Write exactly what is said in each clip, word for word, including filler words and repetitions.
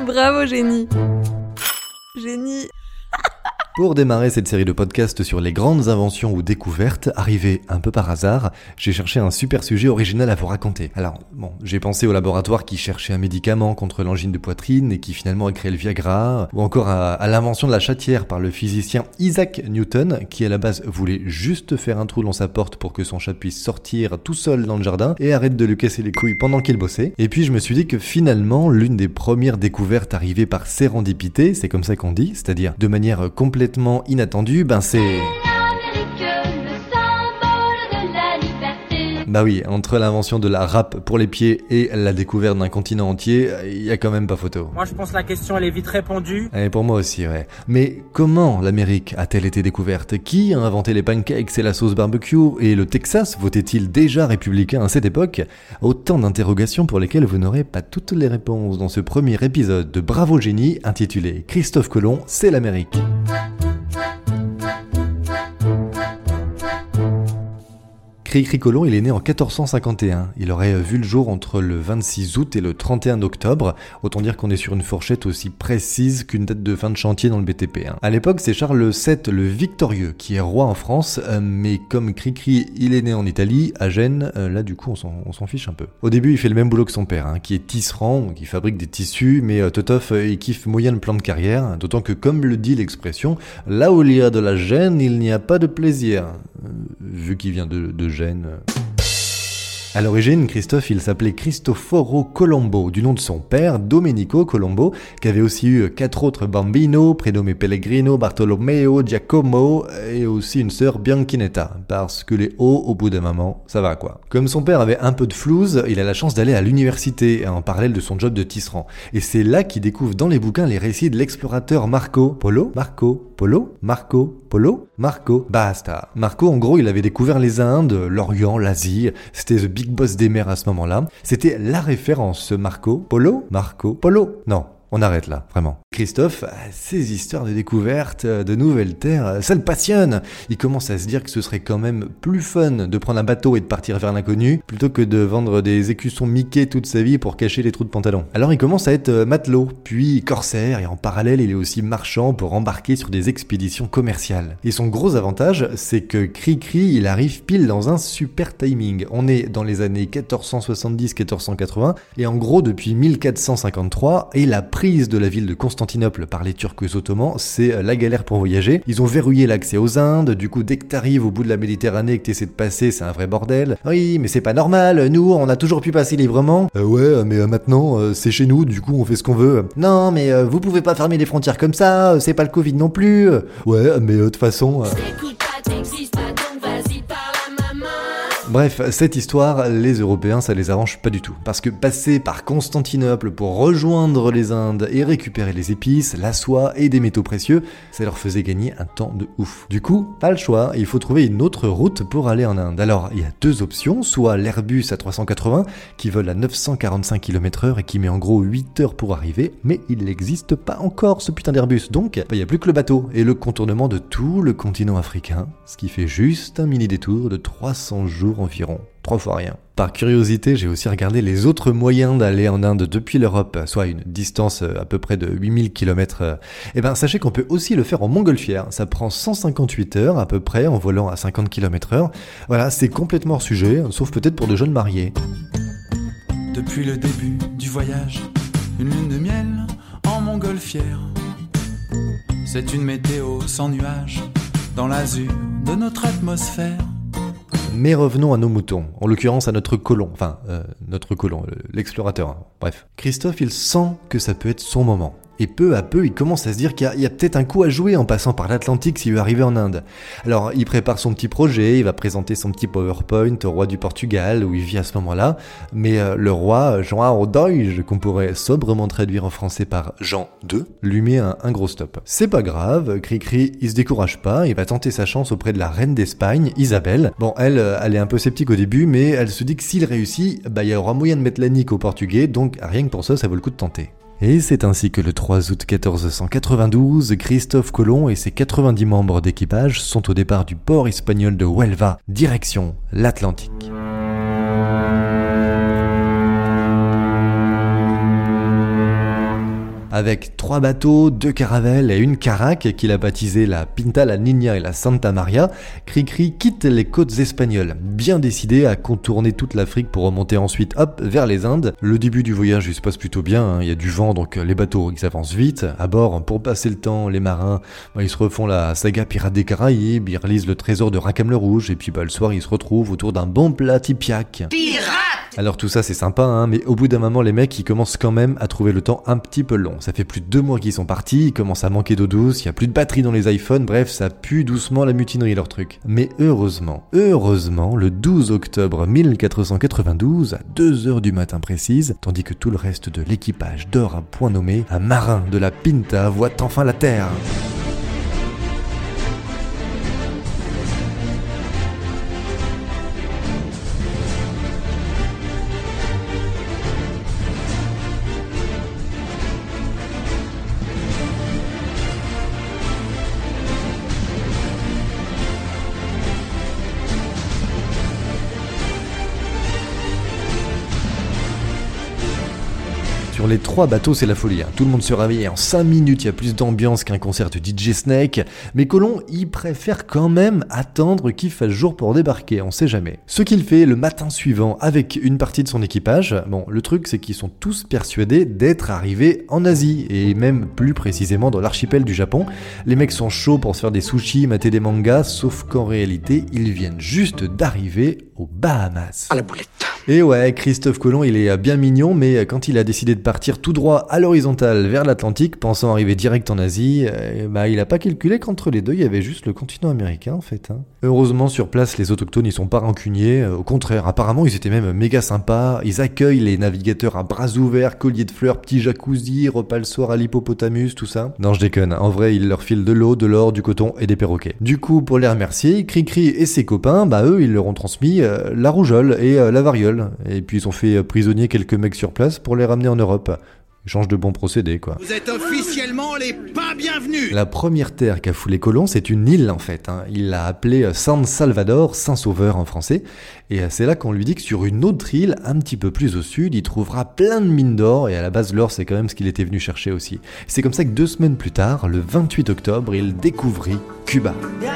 Bravo, génie. Génie. Pour démarrer cette série de podcasts sur les grandes inventions ou découvertes, arrivé un peu par hasard, j'ai cherché un super sujet original à vous raconter. Alors, bon, j'ai pensé au laboratoire qui cherchait un médicament contre l'angine de poitrine et qui finalement a créé le Viagra, ou encore à, à l'invention de la chatière par le physicien Isaac Newton, qui à la base voulait juste faire un trou dans sa porte pour que son chat puisse sortir tout seul dans le jardin et arrête de lui casser les couilles pendant qu'il bossait. Et puis je me suis dit que finalement, l'une des premières découvertes arrivées par sérendipité, c'est comme ça qu'on dit, c'est-à-dire de manière complètement complètement inattendu, ben c'est... Bah oui, entre l'invention de la râpe pour les pieds et la découverte d'un continent entier, il y a quand même pas photo. Moi je pense que la question elle est vite répondue. Et pour moi aussi, ouais. Mais comment l'Amérique a-t-elle été découverte? Qui a inventé les pancakes et la sauce barbecue? Et le Texas votait-il déjà républicain à cette époque? Autant d'interrogations pour lesquelles vous n'aurez pas toutes les réponses dans ce premier épisode de Bravo Génie intitulé Christophe Colomb, c'est l'Amérique. Cricri Colomb, il est né en quatorze cent cinquante et un. Il aurait vu le jour entre le vingt-six août et le trente et un octobre. Autant dire qu'on est sur une fourchette aussi précise qu'une date de fin de chantier dans le B T P. Hein. À l'époque, c'est Charles sept le Victorieux qui est roi en France, euh, mais comme Cricri, il est né en Italie, à Gênes, euh, là du coup on s'en, on s'en fiche un peu. Au début, il fait le même boulot que son père, hein, qui est tisserand, qui fabrique des tissus, mais euh, Totof, euh, il kiffe moyenne plan de carrière, d'autant que comme le dit l'expression, là où il y a de la gêne, il n'y a pas de plaisir. Euh, vu qu'il vient de, de Gênes. À l'origine, Christophe, il s'appelait Cristoforo Colombo, du nom de son père, Domenico Colombo, qui avait aussi eu quatre autres bambinos, prénommés Pellegrino, Bartolomeo, Giacomo, et aussi une sœur Bianchinetta, parce que les O au bout d'un moment, ça va quoi. Comme son père avait un peu de flouze, il a la chance d'aller à l'université, en parallèle de son job de tisserand. Et c'est là qu'il découvre dans les bouquins les récits de l'explorateur Marco Polo, Marco Polo, Marco Polo, Marco, basta. Marco, en gros, il avait découvert les Indes, l'Orient, l'Asie, c'était the big boss des mers à ce moment-là. C'était la référence, ce Marco Polo, Marco Polo. Non, on arrête là, vraiment. Christophe, ces histoires de découverte, de nouvelles terres, ça le passionne. Il commence à se dire que ce serait quand même plus fun de prendre un bateau et de partir vers l'inconnu, plutôt que de vendre des écussons Mickey toute sa vie pour cacher les trous de pantalon. Alors il commence à être matelot, puis corsaire, et en parallèle il est aussi marchand pour embarquer sur des expéditions commerciales. Et son gros avantage, c'est que Cricri, il arrive pile dans un super timing. On est dans les années quatorze cent soixante-dix quatorze cent quatre-vingts, et en gros depuis mille quatre cent cinquante-trois, et la prise de la ville de Constantinople par les Turcs ottomans, c'est la galère pour voyager. Ils ont verrouillé l'accès aux Indes, du coup dès que t'arrives au bout de la Méditerranée et que t'essaies de passer, c'est un vrai bordel. Oui, mais c'est pas normal, nous on a toujours pu passer librement. Euh, ouais, mais euh, maintenant euh, c'est chez nous, du coup on fait ce qu'on veut. Non, mais euh, vous pouvez pas fermer les frontières comme ça, euh, c'est pas le Covid non plus. Ouais, mais de euh, toute façon... Euh... Bref, cette histoire, les Européens, ça les arrange pas du tout. Parce que passer par Constantinople pour rejoindre les Indes et récupérer les épices, la soie et des métaux précieux, ça leur faisait gagner un temps de ouf. Du coup, pas le choix, il faut trouver une autre route pour aller en Inde. Alors, il y a deux options, soit l'Airbus A trois cent quatre-vingts, qui vole à neuf cent quarante-cinq kilomètres heure et qui met en gros huit heures pour arriver, mais il n'existe pas encore ce putain d'Airbus, donc il bah, n'y a plus que le bateau et le contournement de tout le continent africain, ce qui fait juste un mini détour de trois cents jours environ, trois fois rien. Par curiosité, j'ai aussi regardé les autres moyens d'aller en Inde depuis l'Europe, soit une distance à peu près de huit mille kilomètres. Et ben sachez qu'on peut aussi le faire en montgolfière, ça prend cent cinquante-huit heures à peu près en volant à cinquante kilomètres heure. Voilà, c'est complètement hors sujet, sauf peut-être pour de jeunes mariés. Depuis le début du voyage, une lune de miel en montgolfière. C'est une météo sans nuages, dans l'azur de notre atmosphère. Mais revenons à nos moutons, en l'occurrence à notre colon, enfin, euh, notre colon, l'explorateur, hein. Bref. Christophe, il sent que ça peut être son moment. Et peu à peu, il commence à se dire qu'il y a, il y a peut-être un coup à jouer en passant par l'Atlantique s'il veut arriver en Inde. Alors, il prépare son petit projet, il va présenter son petit PowerPoint au roi du Portugal, où il vit à ce moment-là. Mais euh, le roi, Jean Doige, qu'on pourrait sobrement traduire en français par Jean deux, lui met un, un gros stop. C'est pas grave, Cricri, il se décourage pas, il va tenter sa chance auprès de la reine d'Espagne, Isabelle. Bon, elle, elle est un peu sceptique au début, mais elle se dit que s'il réussit, bah, il y aura moyen de mettre la nique aux Portugais, donc rien que pour ça, ça vaut le coup de tenter. Et c'est ainsi que le trois août quatorze cent quatre-vingt-douze, Christophe Colomb et ses quatre-vingt-dix membres d'équipage sont au départ du port espagnol de Huelva, direction l'Atlantique. À Avec trois bateaux, deux caravelles et une caraque qu'il a baptisé la Pinta, la Niña et la Santa Maria, Cricri quitte les côtes espagnoles, bien décidé à contourner toute l'Afrique pour remonter ensuite hop vers les Indes. Le début du voyage il se passe plutôt bien, hein. Il y a du vent donc les bateaux ils avancent vite. À bord, pour passer le temps, les marins bah, ils se refont la saga Pirates des Caraïbes, ils relisent le trésor de Rackham le Rouge et puis bah, le soir ils se retrouvent autour d'un bon plat tipiaque. Pirate! Alors tout ça c'est sympa, hein, mais au bout d'un moment les mecs ils commencent quand même à trouver le temps un petit peu long. Ça fait plus de deux mois qu'ils sont partis, ils commencent à manquer d'eau douce, il y a plus de batterie dans les iPhones, bref ça pue doucement la mutinerie leur truc. Mais heureusement, heureusement, le douze octobre mille quatre cent quatre-vingt-douze, à deux heures du matin précise, tandis que tout le reste de l'équipage dort à point nommé, un marin de la Pinta voit enfin la terre. Sur les trois bateaux, c'est la folie, hein. Tout le monde se réveille en cinq minutes, il y a plus d'ambiance qu'un concert de D J Snake, mais Colomb, il préfère quand même attendre qu'il fasse jour pour débarquer, on sait jamais. Ce qu'il fait le matin suivant avec une partie de son équipage, bon, le truc c'est qu'ils sont tous persuadés d'être arrivés en Asie, et même plus précisément dans l'archipel du Japon. Les mecs sont chauds pour se faire des sushis, mater des mangas, sauf qu'en réalité, ils viennent juste d'arriver aux Bahamas. À la boulette. Et ouais, Christophe Colomb, il est bien mignon, mais quand il a décidé de partir tout droit à l'horizontale vers l'Atlantique, pensant arriver direct en Asie, euh, bah il a pas calculé qu'entre les deux, il y avait juste le continent américain en fait. Hein. Heureusement, sur place, les autochtones, ils sont pas rancuniers, au contraire, apparemment, ils étaient même méga sympas, ils accueillent les navigateurs à bras ouverts, colliers de fleurs, petits jacuzzi, repas le soir à l'hippopotamus, tout ça. Non, je déconne, en vrai, ils leur filent de l'eau, de l'or, du coton et des perroquets. Du coup, pour les remercier, Cricri et ses copains, bah eux, ils leur ont transmis euh, la rougeole et euh, la variole. Et puis ils ont fait prisonnier quelques mecs sur place pour les ramener en Europe. Échange de bons procédés, quoi. Vous êtes officiellement les pas bienvenus. La première terre qu'a foulé Colomb, c'est une île en fait. Hein. Il l'a appelée San Salvador, Saint-Sauveur en français. Et c'est là qu'on lui dit que sur une autre île, un petit peu plus au sud, il trouvera plein de mines d'or. Et à la base, l'or, c'est quand même ce qu'il était venu chercher aussi. C'est comme ça que deux semaines plus tard, le vingt-huit octobre, il découvrit Cuba.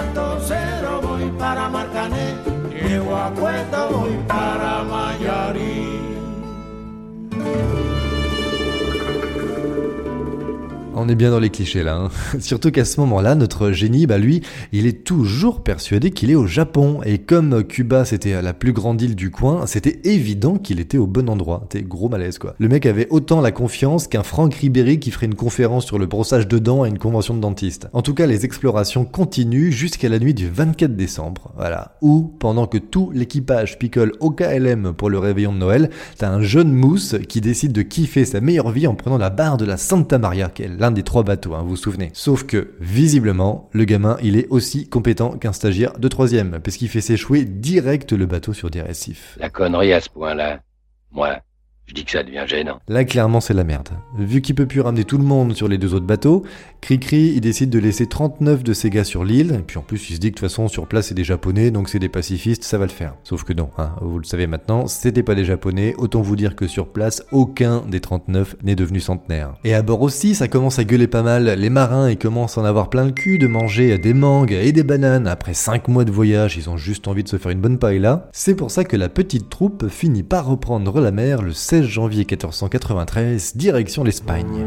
On est bien dans les clichés là, hein. Surtout qu'à ce moment-là, notre génie, bah lui, il est toujours persuadé qu'il est au Japon. Et comme Cuba, c'était la plus grande île du coin, c'était évident qu'il était au bon endroit. C'était gros malaise quoi. Le mec avait autant la confiance qu'un Franck Ribéry qui ferait une conférence sur le brossage de dents à une convention de dentistes. En tout cas, les explorations continuent jusqu'à la nuit du vingt-quatre décembre. Voilà. Où, pendant que tout l'équipage picole au K L M pour le réveillon de Noël, t'as un jeune mousse qui décide de kiffer sa meilleure vie en prenant la barre de la Santa Maria, qui est l'un des trois bateaux, hein, vous vous souvenez. Sauf que, visiblement, le gamin, il est aussi compétent qu'un stagiaire de troisième, parce qu'il fait s'échouer direct le bateau sur des récifs. La connerie à ce point-là, moi, je dis que ça devient gênant. Là, clairement, c'est la merde. Vu qu'il peut plus ramener tout le monde sur les deux autres bateaux, Cricri, il décide de laisser trente-neuf de ses gars sur l'île, et puis en plus, il se dit que de toute façon, sur place, c'est des Japonais, donc c'est des pacifistes, ça va le faire. Sauf que non, hein, vous le savez maintenant, c'était pas des Japonais, autant vous dire que sur place, aucun des trente-neuf n'est devenu centenaire. Et à bord aussi, ça commence à gueuler pas mal, les marins, ils commencent à en avoir plein le cul de manger des mangues et des bananes. Après cinq mois de voyage, ils ont juste envie de se faire une bonne paella. C'est pour ça que la petite troupe finit par reprendre la mer le seize janvier quatorze cent quatre-vingt-treize, direction l'Espagne.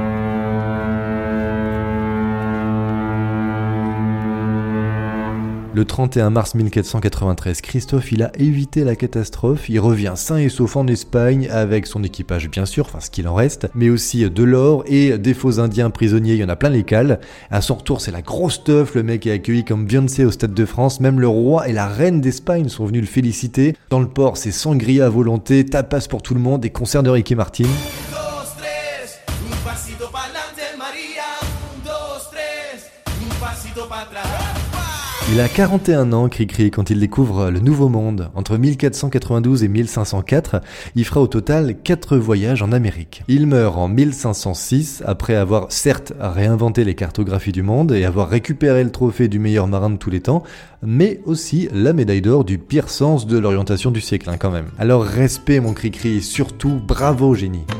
Le trente et un mars mille quatre cent quatre-vingt-treize, Christophe, il a évité la catastrophe, il revient sain et sauf en Espagne avec son équipage bien sûr, enfin ce qu'il en reste, mais aussi de l'or et des faux indiens prisonniers, il y en a plein les cales. À son retour, c'est la grosse teuf, le mec est accueilli comme Beyoncé au Stade de France, même le roi et la reine d'Espagne sont venus le féliciter. Dans le port, c'est sangria à volonté, tapas pour tout le monde, des concerts de Ricky Martin. Il a quarante et un ans, Cricri, quand il découvre le Nouveau Monde. Entre mille quatre cent quatre-vingt-douze et mille cinq cent quatre, il fera au total quatre voyages en Amérique. Il meurt en mille cinq cent six, après avoir certes réinventé les cartographies du monde et avoir récupéré le trophée du meilleur marin de tous les temps, mais aussi la médaille d'or du pire sens de l'orientation du siècle, hein, quand même. Alors respect mon Cricri, surtout bravo génie.